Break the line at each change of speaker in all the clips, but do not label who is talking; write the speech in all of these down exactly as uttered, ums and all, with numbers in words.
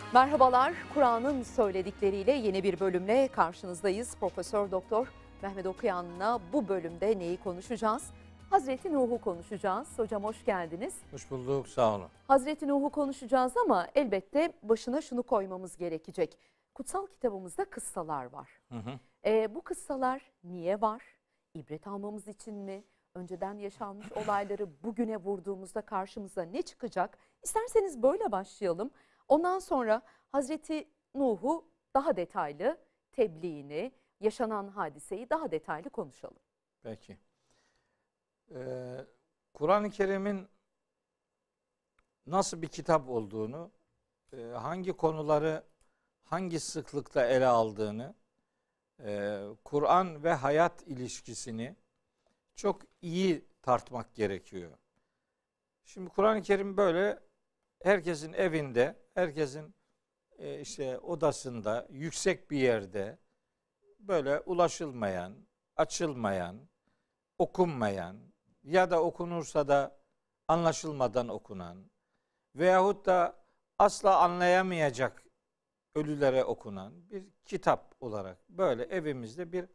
Merhabalar, Kur'an'ın söyledikleriyle yeni bir bölümle karşınızdayız. Profesör Doktor Mehmet Okuyan'la bu bölümde neyi konuşacağız? Hazreti Nuh'u konuşacağız. Hocam hoş geldiniz.
Hoş bulduk, sağ olun.
Hazreti Nuh'u konuşacağız ama elbette başına şunu koymamız gerekecek. Kutsal kitabımızda kıssalar var. Hı hı. E, bu kıssalar niye var? İbret almamız için mi? Önceden yaşanmış olayları bugüne vurduğumuzda karşımıza ne çıkacak? İsterseniz böyle başlayalım. Ondan sonra Hazreti Nuh'u daha detaylı, tebliğini, yaşanan hadiseyi daha detaylı konuşalım.
Peki. Ee, Kur'an-ı Kerim'in nasıl bir kitap olduğunu, e, hangi konuları hangi sıklıkta ele aldığını, e, Kur'an ve hayat ilişkisini çok iyi tartmak gerekiyor. Şimdi Kur'an-ı Kerim böyle herkesin evinde, herkesin e, işte odasında, yüksek bir yerde böyle ulaşılmayan, açılmayan, okunmayan ya da okunursa da anlaşılmadan okunan veyahut da asla anlayamayacak ölülere okunan bir kitap olarak böyle evimizde bir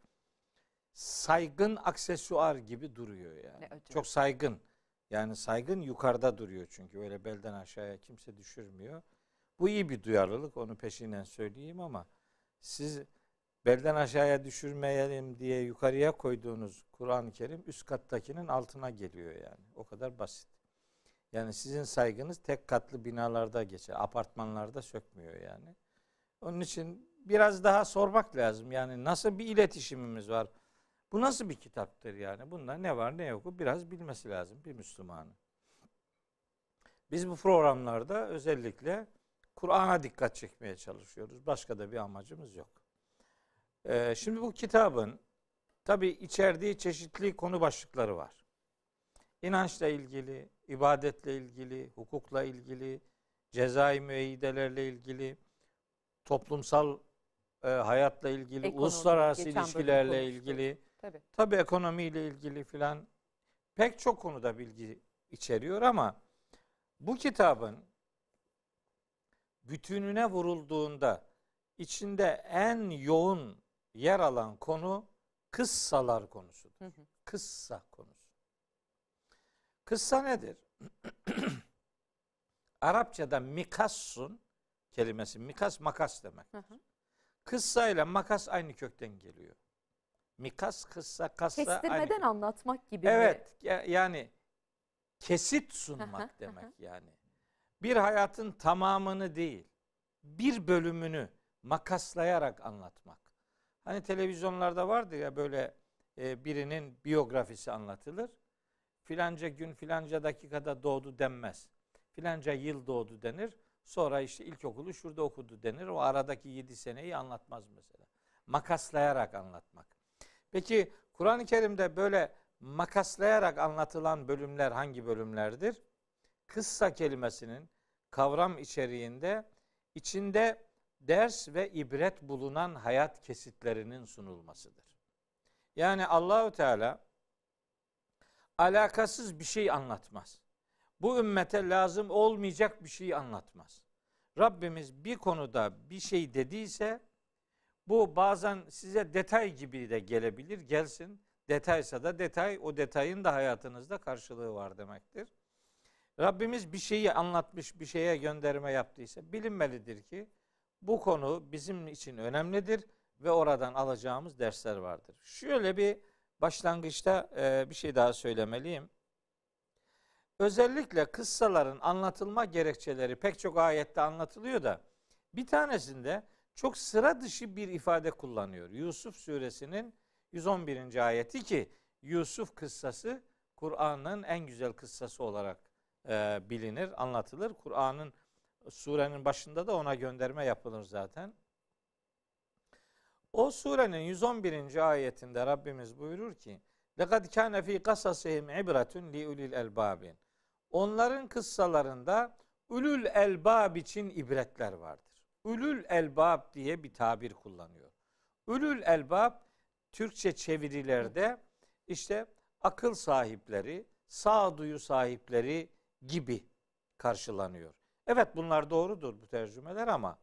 saygın aksesuar gibi duruyor yani. Çok saygın. Yani saygın yukarıda duruyor çünkü öyle belden aşağıya kimse düşürmüyor. Bu iyi bir duyarlılık, onu peşinden söyleyeyim ama siz belden aşağıya düşürmeyelim diye yukarıya koyduğunuz Kur'an-ı Kerim üst kattakinin altına geliyor yani. O kadar basit. Yani sizin saygınız tek katlı binalarda geçer, apartmanlarda sökmüyor yani. Onun için biraz daha sormak lazım. Yani nasıl bir iletişimimiz var? Bu nasıl bir kitaptır yani? Bunda ne var ne yok biraz bilmesi lazım bir Müslümanın. Biz bu programlarda özellikle Kur'an'a dikkat çekmeye çalışıyoruz. Başka da bir amacımız yok. Ee, şimdi bu kitabın tabii içerdiği çeşitli konu başlıkları var. İnançla ilgili, ibadetle ilgili, hukukla ilgili, cezai müeyyidelerle ilgili, toplumsal e, hayatla ilgili, ekonomi, uluslararası ilişkilerle ilgili, tabii. tabii ekonomiyle ilgili filan pek çok konuda bilgi içeriyor ama bu kitabın bütününe vurulduğunda içinde en yoğun yer alan konu kıssalar konusudur. Hı hı. Kıssa konusu. Kıssa nedir? Arapçada mikassun kelimesi, mikas makas demek. Hı hı. Kıssa ile makas aynı kökten geliyor. Mikas, kıssa, kassa
kestirmeden
aynı.
Anlatmak gibi
evet,
mi?
Evet, yani kesit sunmak demek yani. Bir hayatın tamamını değil, bir bölümünü makaslayarak anlatmak. Hani televizyonlarda vardır ya böyle e, birinin biyografisi anlatılır. Filanca gün filanca dakikada doğdu denmez. Filanca yıl doğdu denir. Sonra işte ilkokulu şurada okudu denir. O aradaki yedi seneyi anlatmaz mesela. Makaslayarak anlatmak. Peki Kur'an-ı Kerim'de böyle makaslayarak anlatılan bölümler hangi bölümlerdir? Kıssa kelimesinin kavram içeriğinde içinde ders ve ibret bulunan hayat kesitlerinin sunulmasıdır. Yani Allahu Teala alakasız bir şey anlatmaz. Bu ümmete lazım olmayacak bir şey anlatmaz. Rabbimiz bir konuda bir şey dediyse bu bazen size detay gibi de gelebilir. Gelsin. Detaysa da detay, o detayın da hayatınızda karşılığı var demektir. Rabbimiz bir şeyi anlatmış, bir şeye gönderme yaptıysa bilinmelidir ki bu konu bizim için önemlidir ve oradan alacağımız dersler vardır. Şöyle bir başlangıçta bir şey daha söylemeliyim. Özellikle kıssaların anlatılma gerekçeleri pek çok ayette anlatılıyor da bir tanesinde çok sıra dışı bir ifade kullanıyor. Yusuf suresinin yüz on birinci ayeti ki Yusuf kıssası Kur'an'ın en güzel kıssası olarak e, bilinir, anlatılır. Kur'an'ın surenin başında da ona gönderme yapılır zaten. O surenin yüz on birinci ayetinde Rabbimiz buyurur ki لَقَدْ كَانَ ف۪ي قَصَصِهِمْ عِبْرَةٌ لِيُلِي الْاَلْبَابٍ Onların kıssalarında ulul elbab için ibretler vardır. Ulul elbab diye bir tabir kullanıyor. Ulul elbab Türkçe çevirilerde işte akıl sahipleri, sağduyu sahipleri gibi karşılanıyor. Evet bunlar doğrudur bu tercümeler ama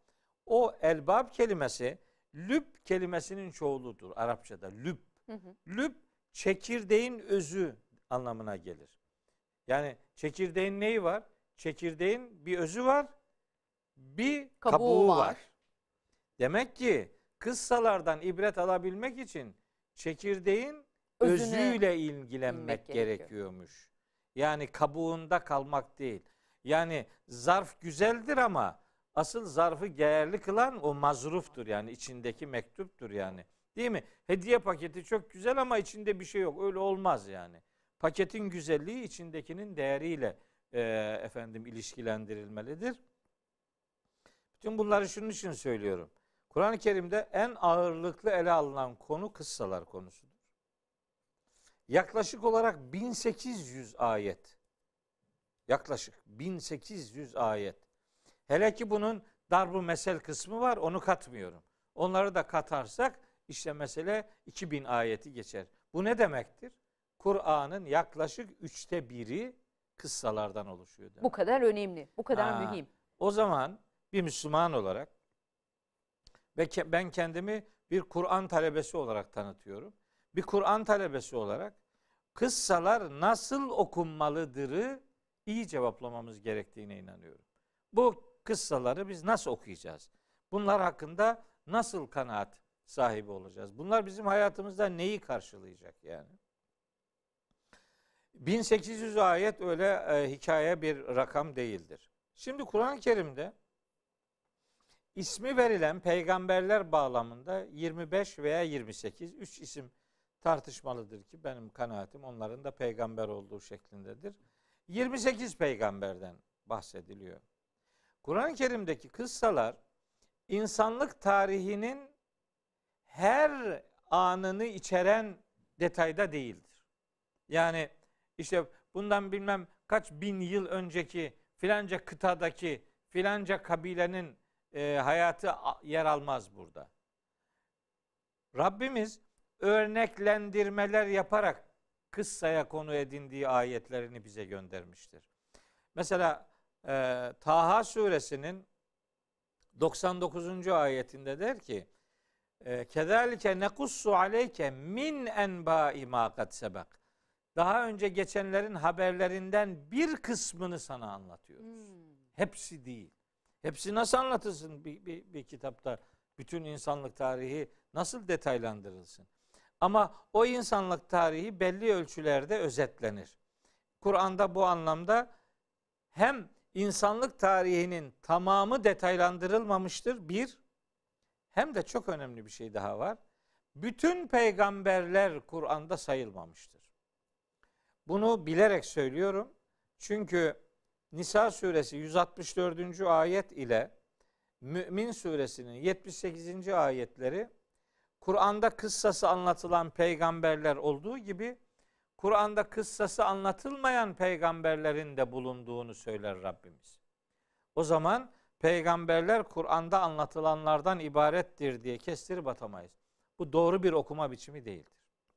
O elbab kelimesi lüb kelimesinin çoğuludur Arapçada. Lüb.
Hı hı.
Lüb çekirdeğin özü anlamına gelir. Yani çekirdeğin neyi var? Çekirdeğin bir özü var, bir kabuğu,
Kabuğu
var.
var.
Demek ki kıssalardan ibret alabilmek için çekirdeğin
Özüne
özüyle ilgilenmek
bilmek gerekiyor.
gerekiyormuş. Yani kabuğunda kalmak değil. Yani zarf güzeldir ama asıl zarfı değerli kılan o mazruftur, yani içindeki mektuptur yani. Değil mi? Hediye paketi çok güzel ama içinde bir şey yok. Öyle olmaz yani. Paketin güzelliği içindekinin değeriyle e, efendim ilişkilendirilmelidir. Bütün bunları şunun için söylüyorum. Kur'an-ı Kerim'de en ağırlıklı ele alınan konu kıssalar konusudur. Yaklaşık olarak bin sekiz yüz ayet. Yaklaşık bin sekiz yüz ayet. Hele ki bunun darb-ı mesel kısmı var, onu katmıyorum. Onları da katarsak işte mesele iki bin ayeti geçer. Bu ne demektir? Kur'an'ın yaklaşık üçte biri kıssalardan oluşuyor demek.
Bu kadar önemli, bu kadar
Ha,
mühim.
O zaman bir Müslüman olarak ve ke- ben kendimi bir Kur'an talebesi olarak tanıtıyorum. Bir Kur'an talebesi olarak kıssalar nasıl okunmalıdırı iyi cevaplamamız gerektiğine inanıyorum. Bu kıssaları biz nasıl okuyacağız? Bunlar hakkında nasıl kanaat sahibi olacağız? Bunlar bizim hayatımızda neyi karşılayacak yani? bin sekiz yüz ayet öyle e, hikaye bir rakam değildir. Şimdi Kur'an-ı Kerim'de ismi verilen peygamberler bağlamında yirmi beş veya yirmi sekiz, üç isim tartışmalıdır ki benim kanaatim onların da peygamber olduğu şeklindedir. yirmi sekiz peygamberden bahsediliyor. Kur'an-ı Kerim'deki kıssalar insanlık tarihinin her anını içeren detayda değildir. Yani işte bundan bilmem kaç bin yıl önceki filanca kıtadaki filanca kabilenin e, hayatı yer almaz burada. Rabbimiz örneklendirmeler yaparak kıssaya konu edindiği ayetlerini bize göndermiştir. Mesela e, Taha suresinin doksan dokuzuncu ayetinde der ki Kezalike nekussu aleyke min enba'i ma kad sebek. Daha önce geçenlerin haberlerinden bir kısmını sana anlatıyoruz. Hmm. Hepsi değil. Hepsi nasıl anlatırsın bir, bir, bir kitapta? Bütün insanlık tarihi nasıl detaylandırılsın? Ama o insanlık tarihi belli ölçülerde özetlenir. Kur'an'da bu anlamda hem insanlık tarihinin tamamı detaylandırılmamıştır bir, hem de çok önemli bir şey daha var. Bütün peygamberler Kur'an'da sayılmamıştır. Bunu bilerek söylüyorum. Çünkü Nisa suresi yüz altmış dördüncü ayet ile Mü'min suresinin yetmiş sekizinci ayetleri Kur'an'da kıssası anlatılan peygamberler olduğu gibi Kur'an'da kıssası anlatılmayan peygamberlerin de bulunduğunu söyler Rabbimiz. O zaman peygamberler Kur'an'da anlatılanlardan ibarettir diye kestirip atamayız. Bu doğru bir okuma biçimi değildir.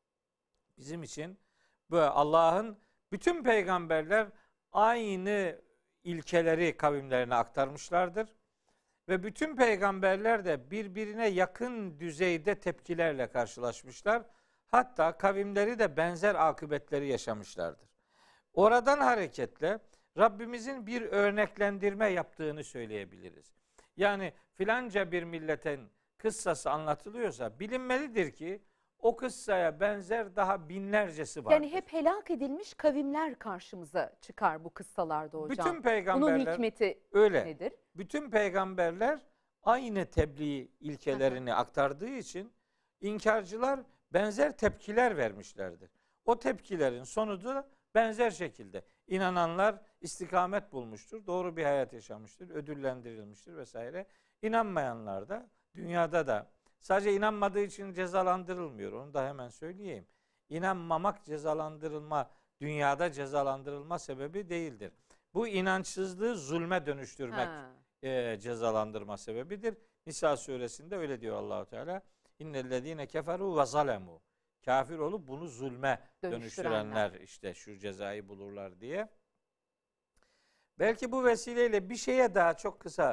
Bizim için böyle Allah'ın bütün peygamberler aynı ilkeleri kavimlerine aktarmışlardır. Ve bütün peygamberler de birbirine yakın düzeyde tepkilerle karşılaşmışlar. Hatta kavimleri de benzer akıbetleri yaşamışlardır. Oradan hareketle Rabbimizin bir örneklendirme yaptığını söyleyebiliriz. Yani filanca bir milletin kıssası anlatılıyorsa bilinmelidir ki o kıssaya benzer daha binlercesi vardır.
Yani hep helak edilmiş kavimler karşımıza çıkar bu kıssalarda hocam.
Bütün peygamberler
Bunun hikmeti
öyle.
nedir?
Bütün peygamberler aynı tebliğ ilkelerini aktardığı için inkarcılar benzer tepkiler vermişlerdir. O tepkilerin sonu da benzer şekilde. İnananlar istikamet bulmuştur, doğru bir hayat yaşamıştır, ödüllendirilmiştir vesaire. İnanmayanlar da dünyada da sadece inanmadığı için cezalandırılmıyor. Onu da hemen söyleyeyim. İnanmamak cezalandırılma, dünyada cezalandırılma sebebi değildir. Bu inançsızlığı zulme dönüştürmek e, cezalandırma sebebidir. Nisa suresinde öyle diyor Allahu Teala. İnnellezîne keferû ve zalemu. Kafir olup bunu zulme dönüştürenler işte şu cezayı bulurlar diye. Belki bu vesileyle bir şeye daha çok kısa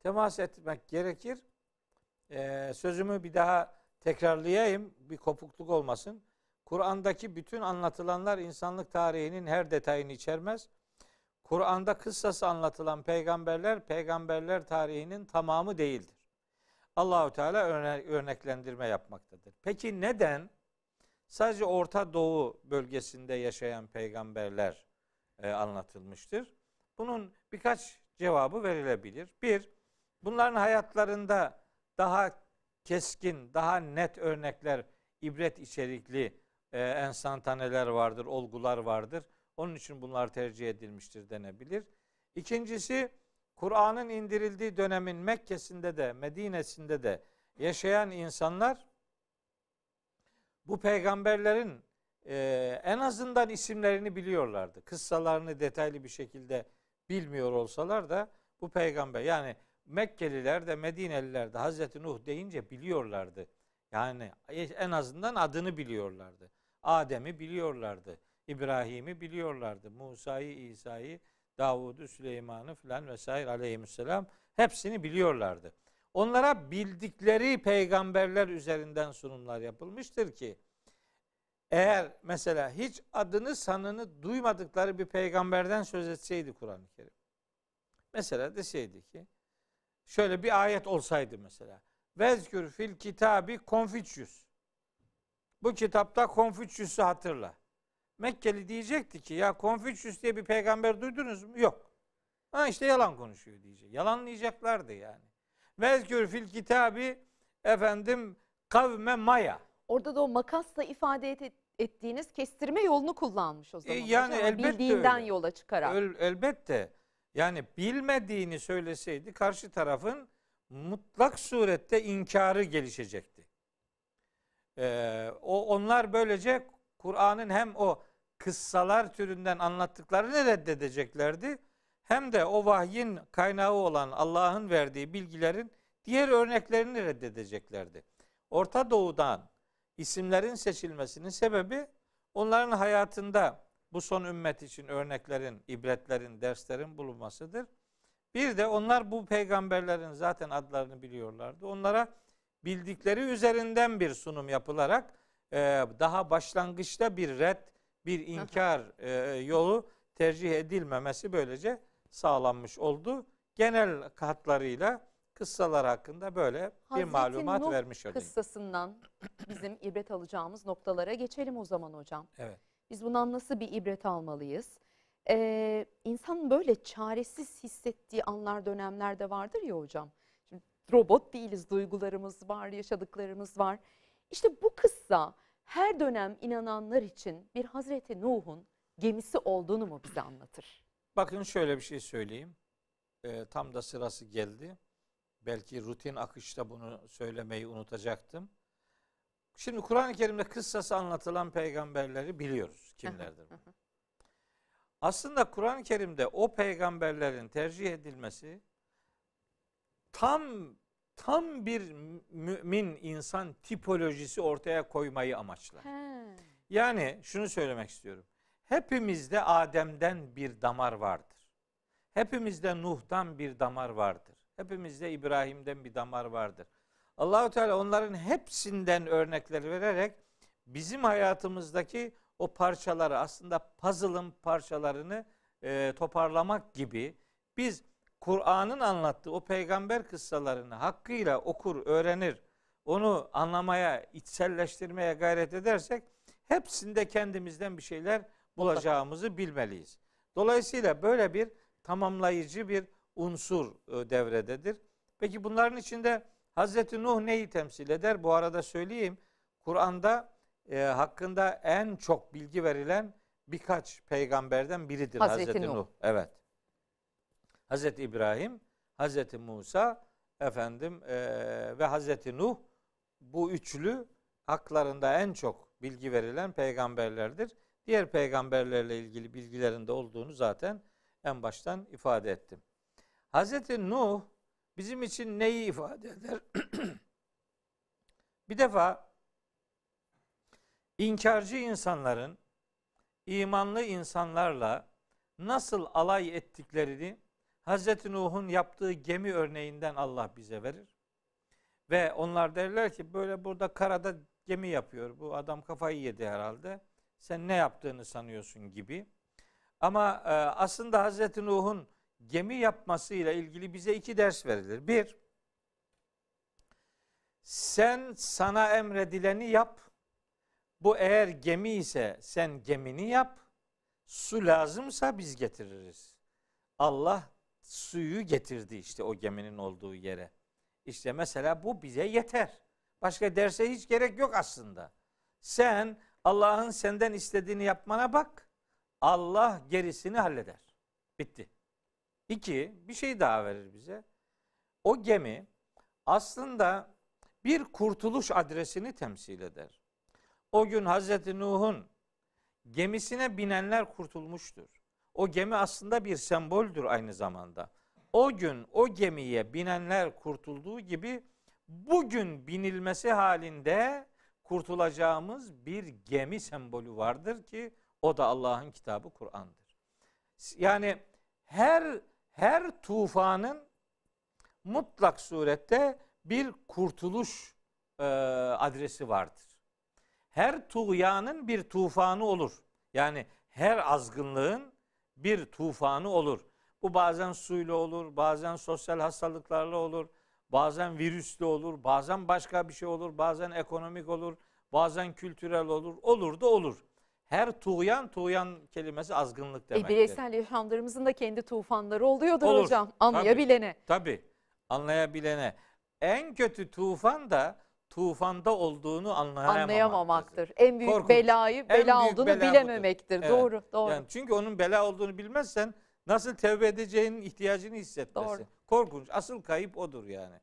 temas etmek gerekir. Ee, sözümü bir daha tekrarlayayım, bir kopukluk olmasın. Kur'an'daki bütün anlatılanlar insanlık tarihinin her detayını içermez. Kur'an'da kıssası anlatılan peygamberler, peygamberler tarihinin tamamı değildir. Allahu Teala örneklendirme yapmaktadır. Peki neden sadece Orta Doğu bölgesinde yaşayan peygamberler e, anlatılmıştır? Bunun birkaç cevabı verilebilir. Bir, bunların hayatlarında daha keskin, daha net örnekler, ibret içerikli e, enstantaneler vardır, olgular vardır. Onun için bunlar tercih edilmiştir denebilir. İkincisi, Kur'an'ın indirildiği dönemin Mekke'sinde de, Medine'sinde de yaşayan insanlar bu peygamberlerin e, en azından isimlerini biliyorlardı. Kıssalarını detaylı bir şekilde bilmiyor olsalar da bu peygamber, yani Mekkeliler de Medineliler de Hazreti Nuh deyince biliyorlardı. Yani en azından adını biliyorlardı. Adem'i biliyorlardı. İbrahim'i biliyorlardı. Musa'yı, İsa'yı, Davud'u, Süleyman'ı filan vesaire aleyhisselam hepsini biliyorlardı. Onlara bildikleri peygamberler üzerinden sunumlar yapılmıştır ki eğer mesela hiç adını sanını duymadıkları bir peygamberden söz etseydi Kur'an-ı Kerim. Mesela deseydi ki şöyle bir ayet olsaydı mesela. Vezkür fil kitabi Konfüçyüs. Bu kitapta Konfüçyüs'ü hatırla. Mekkeli diyecekti ki ya Konfüçyüs diye bir peygamber duydunuz mu? Yok. Ha işte yalan konuşuyor diyecek. Yalanlayacaklardı yani. Vezkür fil kitabi efendim kavme Maya.
Orada da o makasla ifade et, ettiğiniz kestirme yolunu kullanmış o zaman.
E yani
hocam.
elbette
Bildiğinden
öyle.
yola çıkarak.
El, elbette. Yani bilmediğini söyleseydi karşı tarafın mutlak surette inkarı gelişecekti. Ee, o onlar böylece Kur'an'ın hem o kıssalar türünden anlattıklarını reddedeceklerdi, hem de o vahyin kaynağı olan Allah'ın verdiği bilgilerin diğer örneklerini reddedeceklerdi. Orta Doğu'dan isimlerin seçilmesinin sebebi onların hayatında bu son ümmet için örneklerin, ibretlerin, derslerin bulunmasıdır. Bir de onlar bu peygamberlerin zaten adlarını biliyorlardı. Onlara bildikleri üzerinden bir sunum yapılarak e, daha başlangıçta bir red, bir inkar e, yolu tercih edilmemesi böylece sağlanmış oldu. Genel hatlarıyla kıssalar hakkında böyle bir
Hazreti
malumat
Nuh
vermiş olayım.
kıssasından bizim ibret alacağımız noktalara geçelim o zaman hocam.
Evet.
Biz bundan nasıl bir ibret almalıyız? Ee, insan böyle çaresiz hissettiği anlar, dönemler de vardır ya hocam. Şimdi robot değiliz, duygularımız var, yaşadıklarımız var. İşte bu kıssa her dönem inananlar için bir Hazreti Nuh'un gemisi olduğunu mu bize anlatır?
Bakın şöyle bir şey söyleyeyim. Ee, tam da sırası geldi. Belki rutin akışta bunu söylemeyi unutacaktım. Şimdi Kur'an-ı Kerim'de kıssası anlatılan peygamberleri biliyoruz. Kimlerdir bu? Aslında Kur'an-ı Kerim'de o peygamberlerin tercih edilmesi tam tam bir mümin insan tipolojisi ortaya koymayı amaçlar.
He.
Yani şunu söylemek istiyorum. Hepimizde Adem'den bir damar vardır. Hepimizde Nuh'tan bir damar vardır. Hepimizde İbrahim'den bir damar vardır. Allahu Teala onların hepsinden örnekler vererek bizim hayatımızdaki o parçaları, aslında puzzle'ın parçalarını e, toparlamak gibi biz Kur'an'ın anlattığı o peygamber kıssalarını hakkıyla okur, öğrenir, onu anlamaya, içselleştirmeye gayret edersek hepsinde kendimizden bir şeyler bulacağımızı bilmeliyiz. Dolayısıyla böyle bir tamamlayıcı bir unsur e, devrededir. Peki bunların içinde Hazreti Nuh neyi temsil eder? Bu arada söyleyeyim. Kur'an'da e, hakkında en çok bilgi verilen birkaç peygamberden biridir Hazreti, Hazreti Nuh. Nuh. Evet. Hazreti İbrahim, Hazreti Musa, efendim e, ve Hazreti Nuh, bu üçlü haklarında en çok bilgi verilen peygamberlerdir. Diğer peygamberlerle ilgili bilgilerinde olduğunu zaten en baştan ifade ettim. Hazreti Nuh bizim için neyi ifade eder? Bir defa inkarcı insanların imanlı insanlarla nasıl alay ettiklerini Hazreti Nuh'un yaptığı gemi örneğinden Allah bize verir. Ve onlar derler ki böyle burada karada gemi yapıyor. Bu adam kafayı yedi herhalde. Sen ne yaptığını sanıyorsun gibi. Ama e, aslında Hazreti Nuh'un gemi yapmasıyla ilgili bize iki ders verilir. Bir, sen sana emredileni yap. Bu eğer gemi ise sen gemini yap. Su lazımsa biz getiririz. Allah suyu getirdi işte o geminin olduğu yere. İşte mesela bu bize yeter. Başka derse hiç gerek yok aslında. Sen Allah'ın senden istediğini yapmana bak. Allah gerisini halleder. Bitti. İki, bir şey daha verir bize. O gemi aslında bir kurtuluş adresini temsil eder. O gün Hazreti Nuh'un gemisine binenler kurtulmuştur. O gemi aslında bir semboldür aynı zamanda. O gün o gemiye binenler kurtulduğu gibi bugün binilmesi halinde kurtulacağımız bir gemi sembolü vardır ki o da Allah'ın kitabı Kur'an'dır. Yani her her tufanın mutlak surette bir kurtuluş e, adresi vardır. Her tuğyanın bir tufanı olur. Yani her azgınlığın bir tufanı olur. Bu bazen suyla olur, bazen sosyal hastalıklarla olur, bazen virüsle olur, bazen başka bir şey olur, bazen ekonomik olur, bazen kültürel olur, olur da olur. Her tuğyan, tuğyan kelimesi azgınlık demektir.
E, bireysel yaşamlarımızın da kendi tufanları oluyordur
olur.
hocam, anlayabilene.
Tabii, tabii, anlayabilene. En kötü tufan da tufanda olduğunu anlayamamaktır.
Anlayamamaktır. En büyük
Korkunç.
belayı bela
En büyük
olduğunu
bela
bilememektir.
budur.
Doğru,
Evet.
doğru.
Yani çünkü onun bela olduğunu bilmezsen nasıl tevbe edeceğinin ihtiyacını hissetmezsin.
Doğru.
Korkunç. Asıl kayıp odur yani.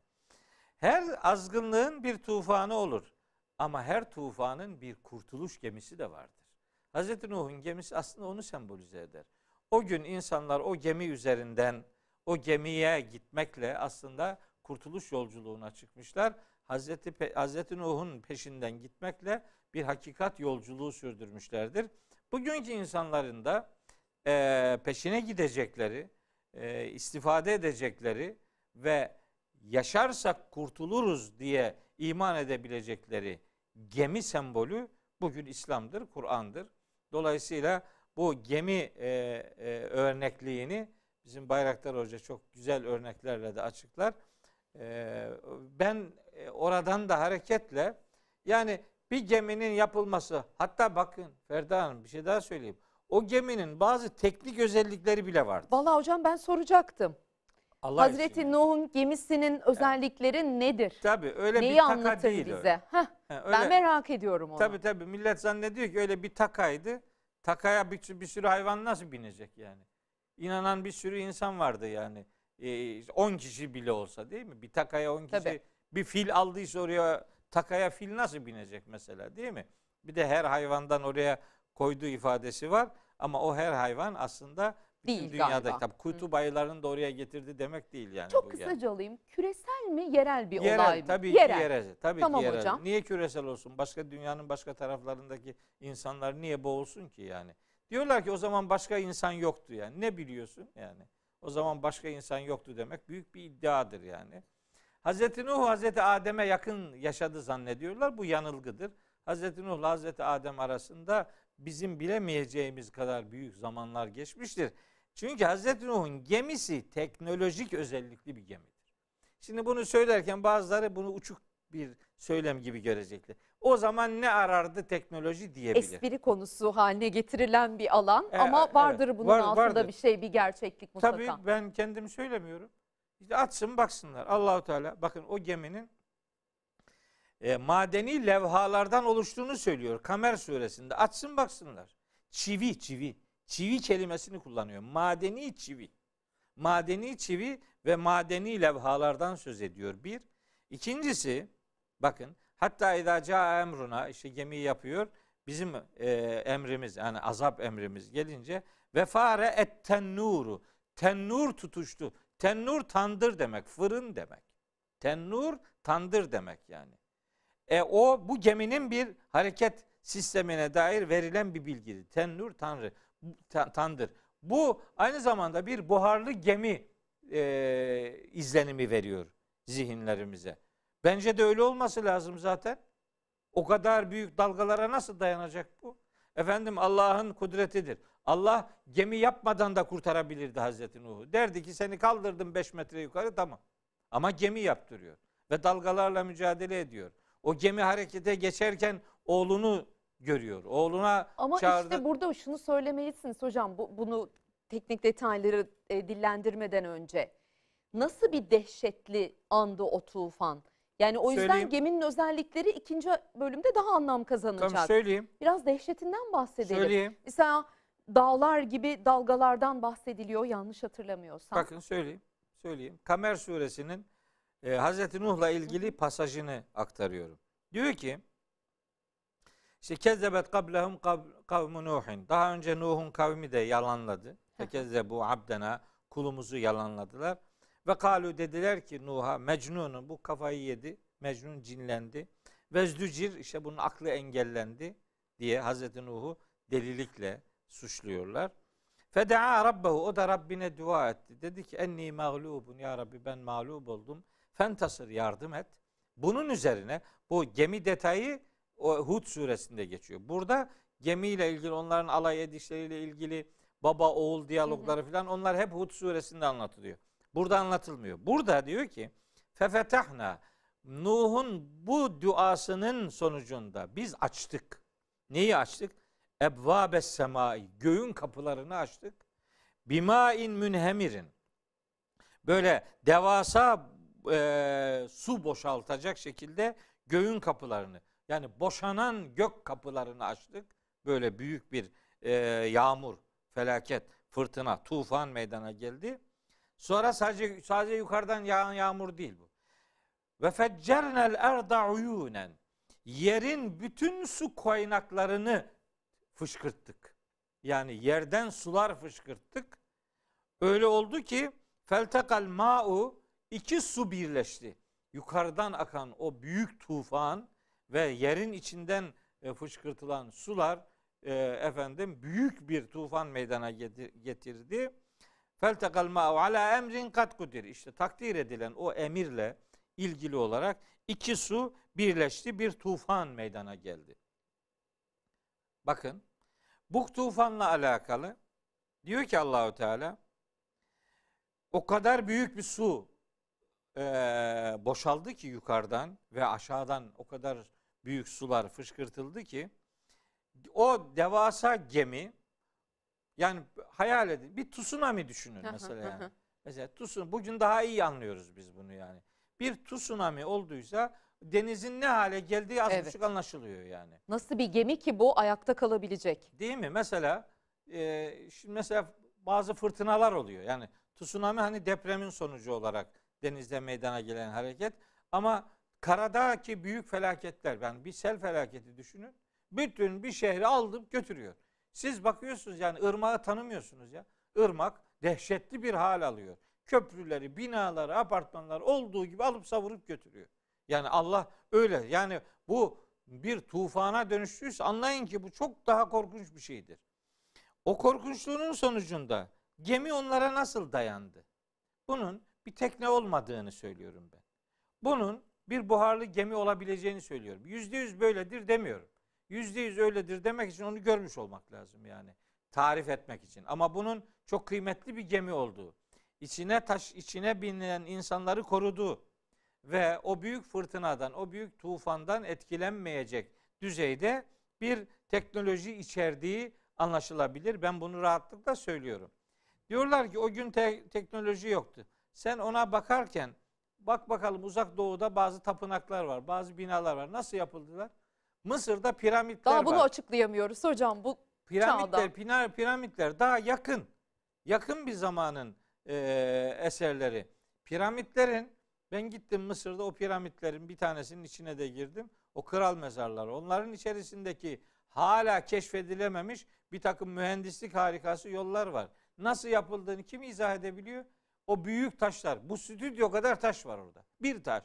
Her azgınlığın bir tufanı olur. Ama her tufanın bir kurtuluş gemisi de vardır. Hazreti Nuh'un gemisi aslında onu sembolize eder. O gün insanlar o gemi üzerinden o gemiye gitmekle aslında kurtuluş yolculuğuna çıkmışlar. Hazreti, Hazreti Nuh'un peşinden gitmekle bir hakikat yolculuğu sürdürmüşlerdir. Bugünkü insanların da e, peşine gidecekleri, e, istifade edecekleri ve yaşarsak kurtuluruz diye iman edebilecekleri gemi sembolü bugün İslam'dır, Kur'an'dır. Dolayısıyla bu gemi e, e, örnekliğini bizim Bayraktar Hoca çok güzel örneklerle de açıklar. E, ben oradan da hareketle yani bir geminin yapılması, hatta bakın Ferda Hanım bir şey daha söyleyeyim. O geminin bazı teknik özellikleri bile vardı.
Vallahi hocam ben soracaktım.
Allah
Hazreti
için.
Nuh'un gemisinin özellikleri evet. nedir?
Tabii öyle
Neyi
bir taka
anlatır
değil
bize? Heh,
yani öyle,
ben merak ediyorum onu.
Tabii tabii millet zannediyor ki öyle bir takaydı. Takaya bir, bir sürü hayvan nasıl binecek yani? İnanan bir sürü insan vardı yani. on kişi bile olsa değil mi? Bir takaya on kişi tabii. Bir fil aldıysa oraya takaya fil nasıl binecek mesela değil mi? Bir de her hayvandan oraya koyduğu ifadesi var ama o her hayvan aslında bütün
değil
dünyada tabii kutup ayılarını da oraya getirdi demek değil yani.
Çok
bu
kısaca
yani.
alayım. Küresel mi, yerel bir
yerel,
olay mı?
Tabii
yerel.
ki yerel. Tabii
tamam
ki yerel.
Hocam.
Niye küresel olsun? Başka dünyanın başka taraflarındaki insanlar niye boğulsun ki yani? Diyorlar ki o zaman başka insan yoktu yani. Ne biliyorsun yani? O zaman başka insan yoktu demek büyük bir iddiadır yani. Hazreti Nuh Hazreti Adem'e yakın yaşadı zannediyorlar. Bu yanılgıdır. Hazreti Nuh ile Hazreti Adem arasında bizim bilemeyeceğimiz kadar büyük zamanlar geçmiştir. Çünkü Hazreti Nuh'un gemisi teknolojik özellikli bir gemidir. Şimdi bunu söylerken bazıları bunu uçuk bir söylem gibi görecekler. O zaman ne arardı teknoloji diyebilir.
Espri konusu haline getirilen bir alan
e,
ama
evet.
vardır bunun
Var,
altında
vardır.
bir şey, bir gerçeklik mutlaka.
Tabii ben kendim söylemiyorum. İşte açsın baksınlar. Allahu Teala bakın o geminin e, madeni levhalardan oluştuğunu söylüyor Kamer suresinde. Açsın baksınlar. Çivi, çivi. Çivi kelimesini kullanıyor. Madeni çivi. Madeni çivi ve madeni levhalardan söz ediyor bir. İkincisi bakın hatta idaca emruna işte gemiyi yapıyor. Bizim e, emrimiz yani azap emrimiz gelince ve fare et tennuru. Tennur tutuştu. Tennur tandır demek, fırın demek. Tennur tandır demek yani. E o bu geminin bir hareket sistemine dair verilen bir bilgidir. Tennur tanrı, tandır. Bu aynı zamanda bir buharlı gemi e, izlenimi veriyor zihinlerimize. Bence de öyle olması lazım zaten. O kadar büyük dalgalara nasıl dayanacak bu? Efendim Allah'ın kudretidir. Allah gemi yapmadan da kurtarabilirdi Hazreti Nuh'u. Derdi ki seni kaldırdım beş metre yukarı, tamam. Ama gemi yaptırıyor. Ve dalgalarla mücadele ediyor. O gemi harekete geçerken oğlunu görüyor. Oğluna
Ama
çağırdı.
işte burada şunu söylemelisiniz hocam, bu, bunu teknik detayları e, dillendirmeden önce. Nasıl bir dehşetli andı o tufan? Yani o yüzden
Söyleyeyim.
geminin özellikleri ikinci bölümde daha anlam kazanacak.
Tamam, söyleyeyim.
Biraz dehşetinden bahsedelim.
Söyleyeyim.
Mesela dağlar gibi dalgalardan bahsediliyor yanlış hatırlamıyorsam.
Bakın söyleyeyim. Söyleyeyim. Kamer suresinin e, Hazreti Nuh'la ilgili pasajını aktarıyorum. Diyor ki işte kezzebet kablehum kavmu Nuhin. Daha önce Nuh'un kavmi de yalanladı. Fekezzebu abdena, kulumuzu yalanladılar. Ve kalu, dediler ki Nuh'a, Mecnun'un, bu kafayı yedi. Mecnun cinlendi. Vezdücir, işte bunun aklı engellendi diye Hazreti Nuh'u delilikle suçluyorlar. Feda'a rabbehu, o da Rabbine dua etti. Dedi ki enni mağlubun, ya Rabbi ben mağlub oldum. Fentasır, yardım et. Bunun üzerine bu gemi detayı o Hud suresinde geçiyor. Burada gemiyle ilgili, onların alay edişleriyle ilgili baba oğul diyalogları falan, onlar hep Hud suresinde anlatılıyor. Burada anlatılmıyor. Burada diyor ki fefetahna, Nuh'un bu duasının sonucunda biz açtık. Neyi açtık? Ebvâbes semai, göğün kapılarını açtık. Bimain münhemirin, böyle devasa e, su boşaltacak şekilde göğün kapılarını, yani boşanan gök kapılarını açtık. Böyle büyük bir e, yağmur, felaket, fırtına, tufan meydana geldi. Sonra sadece sadece yukarıdan yağan yağmur değil bu. Ve feccernel erda uyunen, yerin bütün su kaynaklarını fışkırttık. Yani yerden sular fışkırttık. Öyle oldu ki feltekal ma'u, iki su birleşti. Yukarıdan akan o büyük tufan ve yerin içinden e, fışkırtılan sular e, efendim büyük bir tufan meydana getirdi. Feltekal ma'u ala emrin kad kudir. İşte takdir edilen o emirle ilgili olarak iki su birleşti, bir tufan meydana geldi. Bakın, bu tufanla alakalı diyor ki Allahu Teala, o kadar büyük bir su e, boşaldı ki yukarıdan ve aşağıdan o kadar büyük sular fışkırtıldı ki o devasa gemi, yani hayal edin, bir tsunami düşünün mesela yani. Mesela tsunami, bugün daha iyi anlıyoruz biz bunu yani. Bir tsunami olduysa denizin ne hale geldiği az
Evet.
buçuk anlaşılıyor yani.
Nasıl bir gemi ki bu ayakta kalabilecek?
Değil mi? Mesela e, şimdi mesela bazı fırtınalar oluyor. Yani tsunami hani depremin sonucu olarak denizde meydana gelen hareket, ama karadaki büyük felaketler, yani bir sel felaketi düşünün. Bütün bir şehri alıp götürüyor. Siz bakıyorsunuz yani ırmağı tanımıyorsunuz ya. Irmak dehşetli bir hal alıyor. Köprüleri, binaları, apartmanları olduğu gibi alıp savurup götürüyor. Yani Allah öyle. Yani bu bir tufana dönüştüyse anlayın ki bu çok daha korkunç bir şeydir. O korkunçluğunun sonucunda gemi onlara nasıl dayandı? Bunun bir tekne olmadığını söylüyorum ben. Bunun bir buharlı gemi olabileceğini söylüyorum. Yüzde yüz böyledir demiyorum. Yüzde yüz öyledir demek için onu görmüş olmak lazım yani. Tarif etmek için. Ama bunun çok kıymetli bir gemi olduğu, içine taş, içine binilen insanları koruduğu ve o büyük fırtınadan, o büyük tufandan etkilenmeyecek düzeyde bir teknoloji içerdiği anlaşılabilir. Ben bunu rahatlıkla söylüyorum. Diyorlar ki o gün te- teknoloji yoktu. Sen ona bakarken bak bakalım, uzak doğuda bazı tapınaklar var, bazı binalar var. Nasıl yapıldılar? Mısır'da piramitler
Daha
var.
bunu açıklayamıyoruz hocam bu
Piramitler,
çağda.
piramitler daha yakın. Yakın bir zamanın e, eserleri. Piramitlerin, ben gittim Mısır'da, o piramitlerin bir tanesinin içine de girdim. O kral mezarları. Onların içerisindeki hala keşfedilememiş bir takım mühendislik harikası yollar var. Nasıl yapıldığını kim izah edebiliyor? O büyük taşlar. Bu stüdyo kadar taş var orada. Bir taş.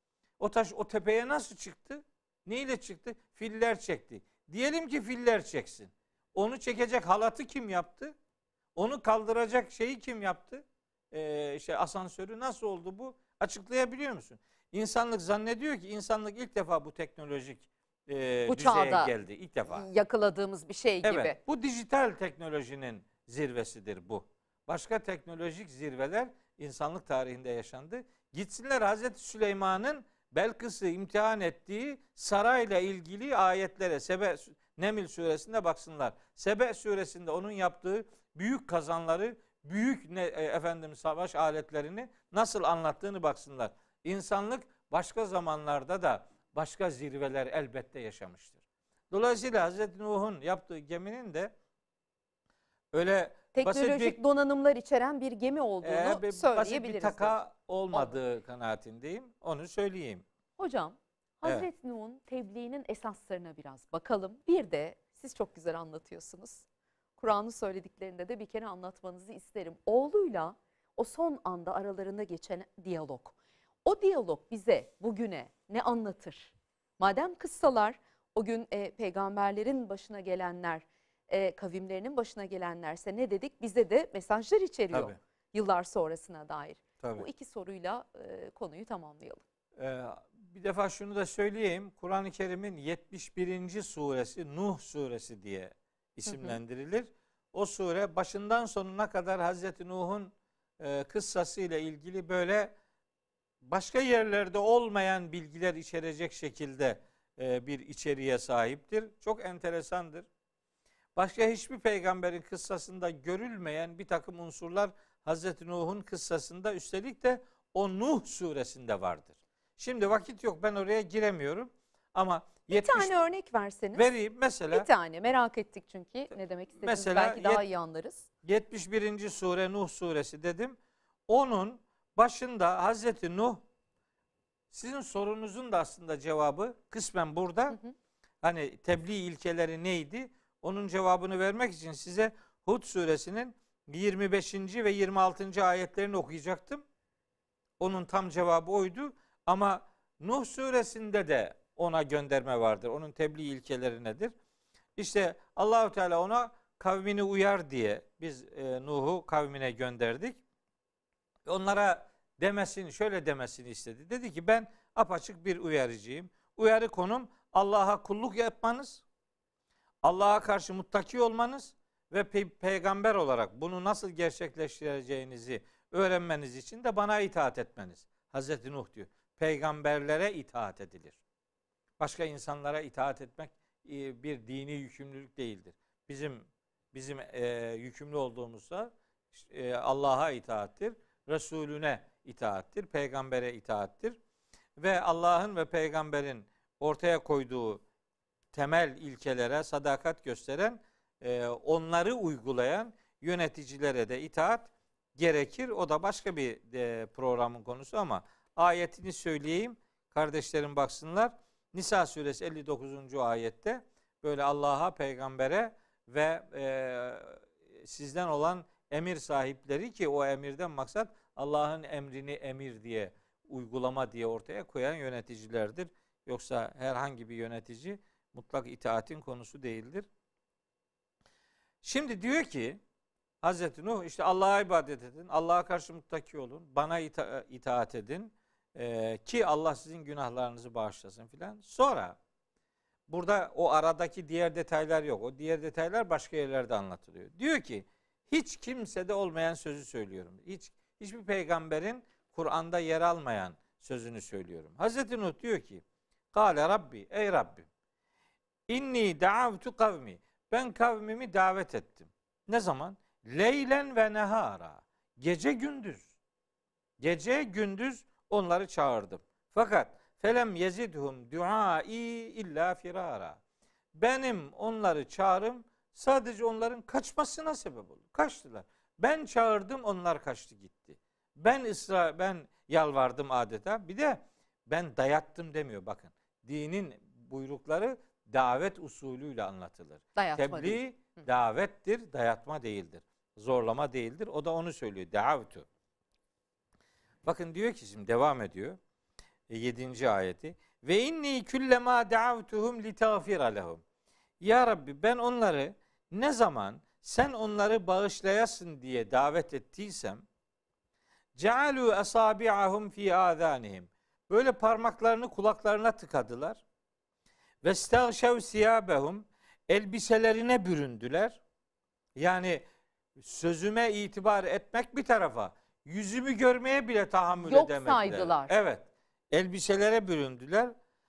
O taş o tepeye nasıl çıktı? Neyle çıktı? Filler çekti. Diyelim ki filler çeksin. Onu çekecek halatı kim yaptı? Onu kaldıracak şeyi kim yaptı? e, şey asansörü nasıl oldu bu? Açıklayabiliyor musun? İnsanlık zannediyor ki insanlık ilk defa bu teknolojik e,
Bu
düzeye
çağda
geldi. İlk defa.
yakaladığımız bir şey gibi.
Evet. Bu dijital teknolojinin zirvesidir bu. Başka teknolojik zirveler insanlık tarihinde yaşandı. Gitsinler Hazreti Süleyman'ın Belkıs'ı imtihan ettiği sarayla ilgili ayetlere, Sebe Neml suresinde baksınlar. Sebe suresinde onun yaptığı büyük kazanları, büyük ne, e, efendim savaş aletlerini nasıl anlattığını baksınlar. İnsanlık başka zamanlarda da başka zirveler elbette yaşamıştır. Dolayısıyla Hazreti Nuh'un yaptığı geminin de öyle
Teknolojik
basit bir,
donanımlar içeren bir gemi olduğunu
e, bir, basit
söyleyebiliriz.
bir taka olmadığı kanaatindeyim. Onu söyleyeyim.
Hocam, Hazreti evet. Nuh'un tebliğinin esaslarına biraz bakalım. Bir de siz çok güzel anlatıyorsunuz. Kur'an'ı söylediklerinde de bir kere anlatmanızı isterim. Oğluyla o son anda aralarında geçen diyalog. O diyalog bize bugüne ne anlatır? Madem kıssalar o gün e, peygamberlerin başına gelenler, e, kavimlerinin başına gelenlerse ne dedik? Bize de mesajlar içeriyor. Tabii. Yıllar sonrasına dair. Tabii. Bu iki soruyla e, konuyu tamamlayalım.
Ee, bir defa şunu da söyleyeyim. Kur'an-ı Kerim'in yetmiş birinci suresi Nuh suresi diye isimlendirilir. Hı hı. O sure başından sonuna kadar Hazreti Nuh'un e, kıssası ile ilgili böyle başka yerlerde olmayan bilgiler içerecek şekilde e, bir içeriğe sahiptir. Çok enteresandır. Başka hiçbir peygamberin kıssasında görülmeyen bir takım unsurlar Hazreti Nuh'un kıssasında, üstelik de o Nuh suresinde vardır. Şimdi vakit yok, ben oraya giremiyorum ama
bir yetmiş tane örnek verseniz.
Vereyim mesela.
Bir tane merak ettik çünkü ne demek istediğinizi belki daha iyi anlarız.
yetmiş birinci sure Nuh suresi dedim. Onun başında Hazreti Nuh, sizin sorunuzun da aslında cevabı kısmen burada. Hı hı. Hani tebliğ ilkeleri neydi? Onun cevabını vermek için size Hud suresinin yirmi beşinci ve yirmi altıncı ayetlerini okuyacaktım. Onun tam cevabı oydu. Ama Nuh suresinde de ona gönderme vardır. Onun tebliğ ilkeleri nedir? İşte Allahu Teala ona kavmini uyar diye biz e, Nuh'u kavmine gönderdik. Onlara demesini, şöyle demesini istedi. Dedi ki ben apaçık bir uyarıcıyım. Uyarı konum Allah'a kulluk yapmanız, Allah'a karşı muttaki olmanız ve pe- peygamber olarak bunu nasıl gerçekleştireceğinizi öğrenmeniz için de bana itaat etmeniz. Hazreti Nuh diyor. Peygamberlere itaat edilir. Başka insanlara itaat etmek e, bir dini yükümlülük değildir. Bizim bizim e, yükümlü olduğumuzda e, Allah'a itaattir, Resulüne itaattir, peygambere itaattir ve Allah'ın ve peygamberin ortaya koyduğu temel ilkelere sadakat gösteren, e, onları uygulayan yöneticilere de itaat gerekir. O da başka bir e, programın konusu ama ayetini söyleyeyim. Kardeşlerim baksınlar. Nisa suresi elli dokuzuncu ayette böyle Allah'a, peygambere ve e, sizden olan emir sahipleri, ki o emirden maksat Allah'ın emrini emir diye, uygulama diye ortaya koyan yöneticilerdir. Yoksa herhangi bir yönetici mutlak itaatin konusu değildir. Şimdi diyor ki Hazreti Nuh, işte Allah'a ibadet edin, Allah'a karşı muttaki olun, bana ita- itaat edin ee, ki Allah sizin günahlarınızı bağışlasın filan. Sonra burada o aradaki diğer detaylar yok. O diğer detaylar başka yerlerde anlatılıyor. Diyor ki hiç kimsede olmayan sözü söylüyorum. Hiç hiçbir peygamberin Kur'an'da yer almayan sözünü söylüyorum. Hazreti Nuh diyor ki Kâle Rabbi, ey Rabbim, inni da'avtu kavmi, ben kavmimi davet ettim. Ne zaman? Leylen ve nehara, gece gündüz. Gece gündüz onları çağırdım. Fakat felem yezidhum duai illa firara. Benim onları çağrım sadece onların kaçmasına sebep oldu. Kaçtılar. Ben çağırdım, onlar kaçtı gitti. Ben ısrar, ben yalvardım adeta. Bir de ben dayattım demiyor, bakın. Dinin buyrukları davet usulüyle anlatılır.
Dayatma
Tebliğ
değil.
davettir, dayatma değildir. Zorlama değildir. O da onu söylüyor. Daavtu. Bakın diyor ki, şimdi devam ediyor. E, yedinci ayeti. Ve inni kullema da'avtuhum litagfira lehum. Ya Rabbi, ben onları ne zaman sen onları bağışlayasın diye davet ettiysem cealu asabi'ahum fi azanihim. Böyle parmaklarını kulaklarına tıkadılar. Ve stagşev siyabehum, elbiselerine büründüler. Yani sözüme itibar etmek bir tarafa, yüzümü görmeye bile tahammül
Yok
edemediler.
saydılar.
Evet. Elbiselere büründüler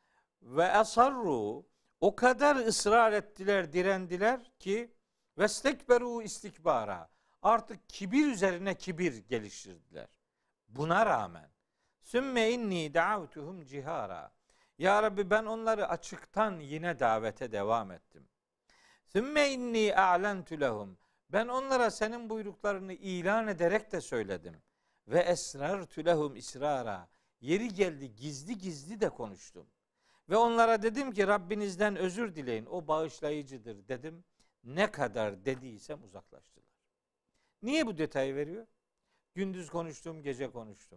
ve asarru, o kadar ısrar ettiler, direndiler ki vestekberu istikbara. Artık kibir üzerine kibir geliştirdiler. Buna rağmen sümme inni da'avtuhum cihara. Ya Rabbi, ben onları açıktan yine davete devam ettim. Sümme inni a'lentu lehum. Ben onlara senin buyruklarını ilan ederek de söyledim. Ve esrartu lehum israra. Yeri geldi gizli gizli de konuştum. Ve onlara dedim ki Rabbinizden özür dileyin. O bağışlayıcıdır dedim. Ne kadar dediysem uzaklaştılar. Niye bu detayı veriyor? Gündüz konuştum, gece konuştum.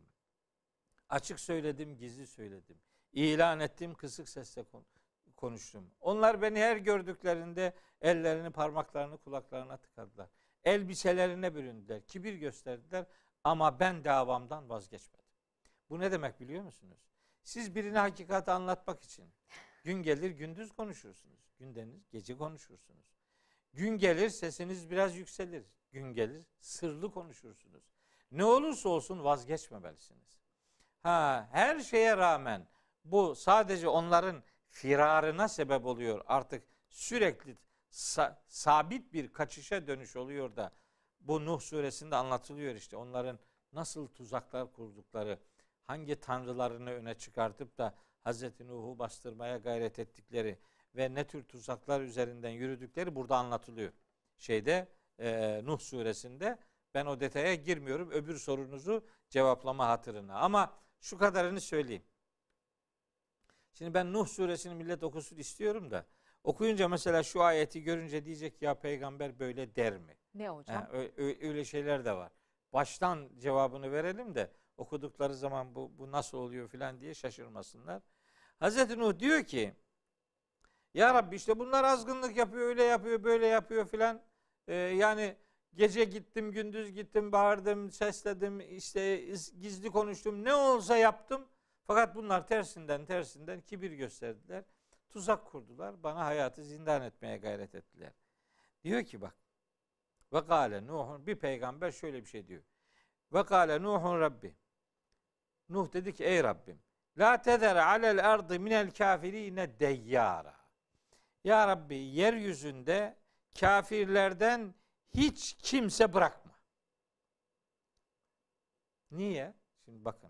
Açık söyledim, gizli söyledim. İlan ettim, kısık sesle konuştum. Onlar beni her gördüklerinde ellerini, parmaklarını kulaklarına tıkadılar. Elbiselerine büründüler, kibir gösterdiler ama ben davamdan vazgeçmedim. Bu ne demek biliyor musunuz? Siz birine hakikati anlatmak için gün gelir gündüz konuşursunuz. Gün denir gece konuşursunuz. Gün gelir sesiniz biraz yükselir. Gün gelir sırlı konuşursunuz. Ne olursa olsun vazgeçmemelisiniz. Ha, her şeye rağmen bu sadece onların firarına sebep oluyor. Artık sürekli sa- sabit bir kaçışa dönüş oluyor da bu Nuh suresinde anlatılıyor işte. Onların nasıl tuzaklar kurdukları, hangi tanrılarını öne çıkartıp da Hazreti Nuh'u bastırmaya gayret ettikleri ve ne tür tuzaklar üzerinden yürüdükleri burada anlatılıyor. Şeyde e, Nuh suresinde ben o detaya girmiyorum. Öbür sorunuzu cevaplama hatırına. Ama şu kadarını söyleyeyim. Şimdi ben Nuh suresini millet okusun istiyorum da okuyunca mesela şu ayeti görünce diyecek ya peygamber böyle der mi?
Ne hocam?
Ha, öyle şeyler de var. Baştan cevabını verelim de okudukları zaman bu, bu nasıl oluyor filan diye şaşırmasınlar. Hazreti Nuh diyor ki ya Rabbi işte bunlar azgınlık yapıyor, öyle yapıyor, böyle yapıyor filan. Ee, yani gece gittim, gündüz gittim, bağırdım, sesledim, işte gizli konuştum, ne olsa yaptım. Fakat bunlar tersinden tersinden kibir gösterdiler. Tuzak kurdular. Bana hayatı zindan etmeye gayret ettiler. Diyor ki bak. Ve gâle Nuh'un, bir peygamber şöyle bir şey diyor. Ve gâle Nuh'un Rabbi. Nuh dedi ki ey Rabbim. La teder alel ardı minel kafirine deyyara. Ya Rabbi yeryüzünde kafirlerden hiç kimse bırakma. Niye? Şimdi bakın.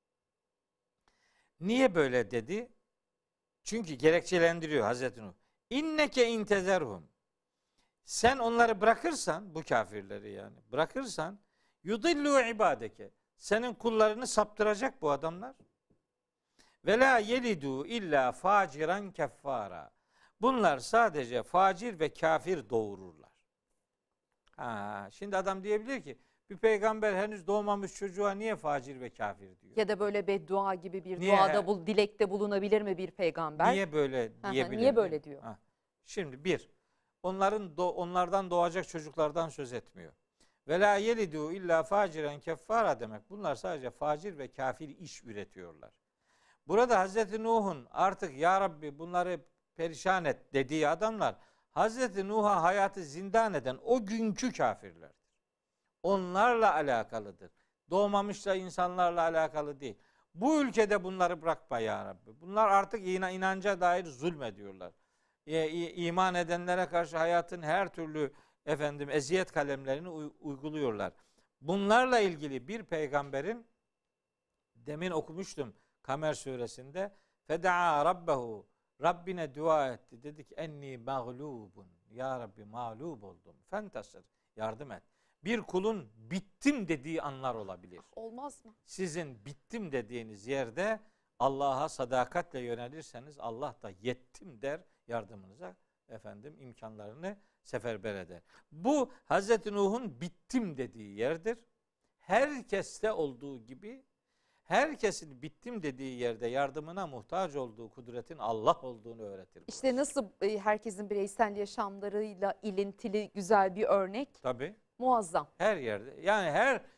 Niye böyle dedi? Çünkü gerekçelendiriyor Hazreti Nuh. İnneke intezerhum. Sen onları bırakırsan, bu kafirleri yani bırakırsan yudillu ibadeke. Senin kullarını saptıracak bu adamlar. Ve la yelidu illa faciran keffara. Bunlar sadece facir ve kafir doğururlar. Ha, şimdi adam diyebilir ki bir peygamber henüz doğmamış çocuğa niye facir ve kafir diyor?
Ya da böyle beddua gibi bir
Niye?
duada bul, dilekte bulunabilir mi bir peygamber?
Niye böyle
Aha,
diyebilir?
niye böyle diyor?
Ha. Şimdi bir, onların do, onlardan doğacak çocuklardan söz etmiyor. Ve la yelidu illa faciren keffara demek. Bunlar sadece facir ve kafir iş üretiyorlar. Burada Hazreti Nuh'un artık ya Rabbi bunları perişan et dediği adamlar Hazreti Nuh'a hayatı zindan eden o günkü kafirlerdir. Onlarla alakalıdır. Doğmamışla insanlarla alakalı değil. Bu ülkede bunları bırakma ya Rabbi. Bunlar artık inanca dair zulmediyorlar. E, iman edenlere karşı hayatın her türlü efendim eziyet kalemlerini uyguluyorlar. Bunlarla ilgili bir peygamberin demin okumuştum Kamer suresinde fedaa rabbehu Rabbine dua etti. Dedi ki enni mağlubun. Ya Rabbi mağlub oldum. Fentasır. Yardım et. Bir kulun bittim dediği anlar olabilir.
Olmaz mı?
Sizin bittim dediğiniz yerde Allah'a sadakatle yönelirseniz Allah da yettim der, yardımınıza efendim imkanlarını seferber eder. Bu Hazreti Nuh'un bittim dediği yerdir. Herkeste olduğu gibi herkesin bittim dediği yerde yardımına muhtaç olduğu kudretin Allah olduğunu öğretir.
İşte nasıl e, herkesin bireysel yaşamlarıyla ilintili güzel bir örnek.
Tabii.
Muazzam.
Her yerde. Yani her